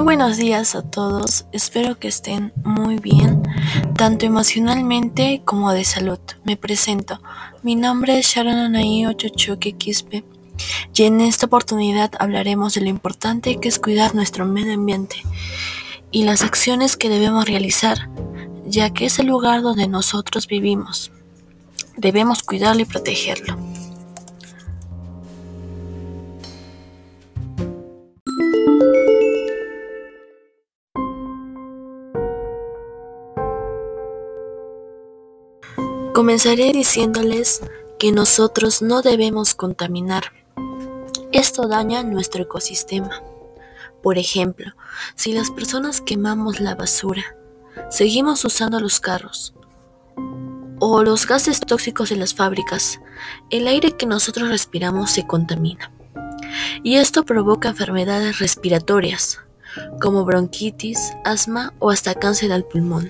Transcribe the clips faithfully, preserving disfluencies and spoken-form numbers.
buenos días a todos, espero que estén muy bien, tanto emocionalmente como de salud. Me presento, mi nombre es Sharon Anaí Ochochoque Quispe y en esta oportunidad hablaremos de lo importante que es cuidar nuestro medio ambiente y las acciones que debemos realizar, ya que es el lugar donde nosotros vivimos. Debemos cuidarlo y protegerlo. Comenzaré diciéndoles que nosotros no debemos contaminar. Esto daña nuestro ecosistema. Por ejemplo, si las personas quemamos la basura, seguimos usando los carros o los gases tóxicos de las fábricas, el aire que nosotros respiramos se contamina. Y esto provoca enfermedades respiratorias, como bronquitis, asma o hasta cáncer al pulmón.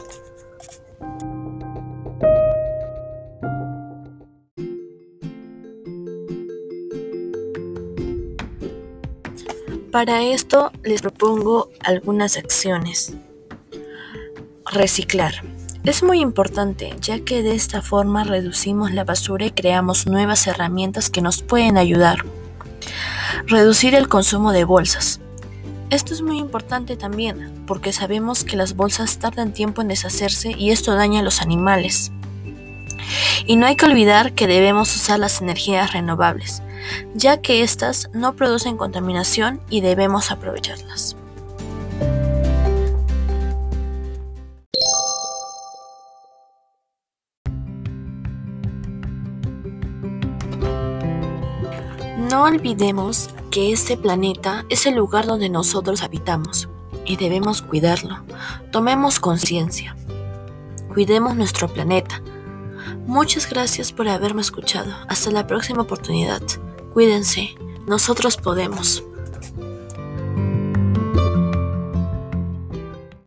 Para esto les propongo algunas acciones. Reciclar. Es muy importante, ya que de esta forma reducimos la basura y creamos nuevas herramientas que nos pueden ayudar. Reducir el consumo de bolsas. Esto es muy importante también, porque sabemos que las bolsas tardan tiempo en deshacerse y esto daña a los animales. Y no hay que olvidar que debemos usar las energías renovables, ya que éstas no producen contaminación y debemos aprovecharlas. No olvidemos que este planeta es el lugar donde nosotros habitamos y debemos cuidarlo. Tomemos conciencia. Cuidemos nuestro planeta. Muchas gracias por haberme escuchado. Hasta la próxima oportunidad. Cuídense. Nosotros podemos.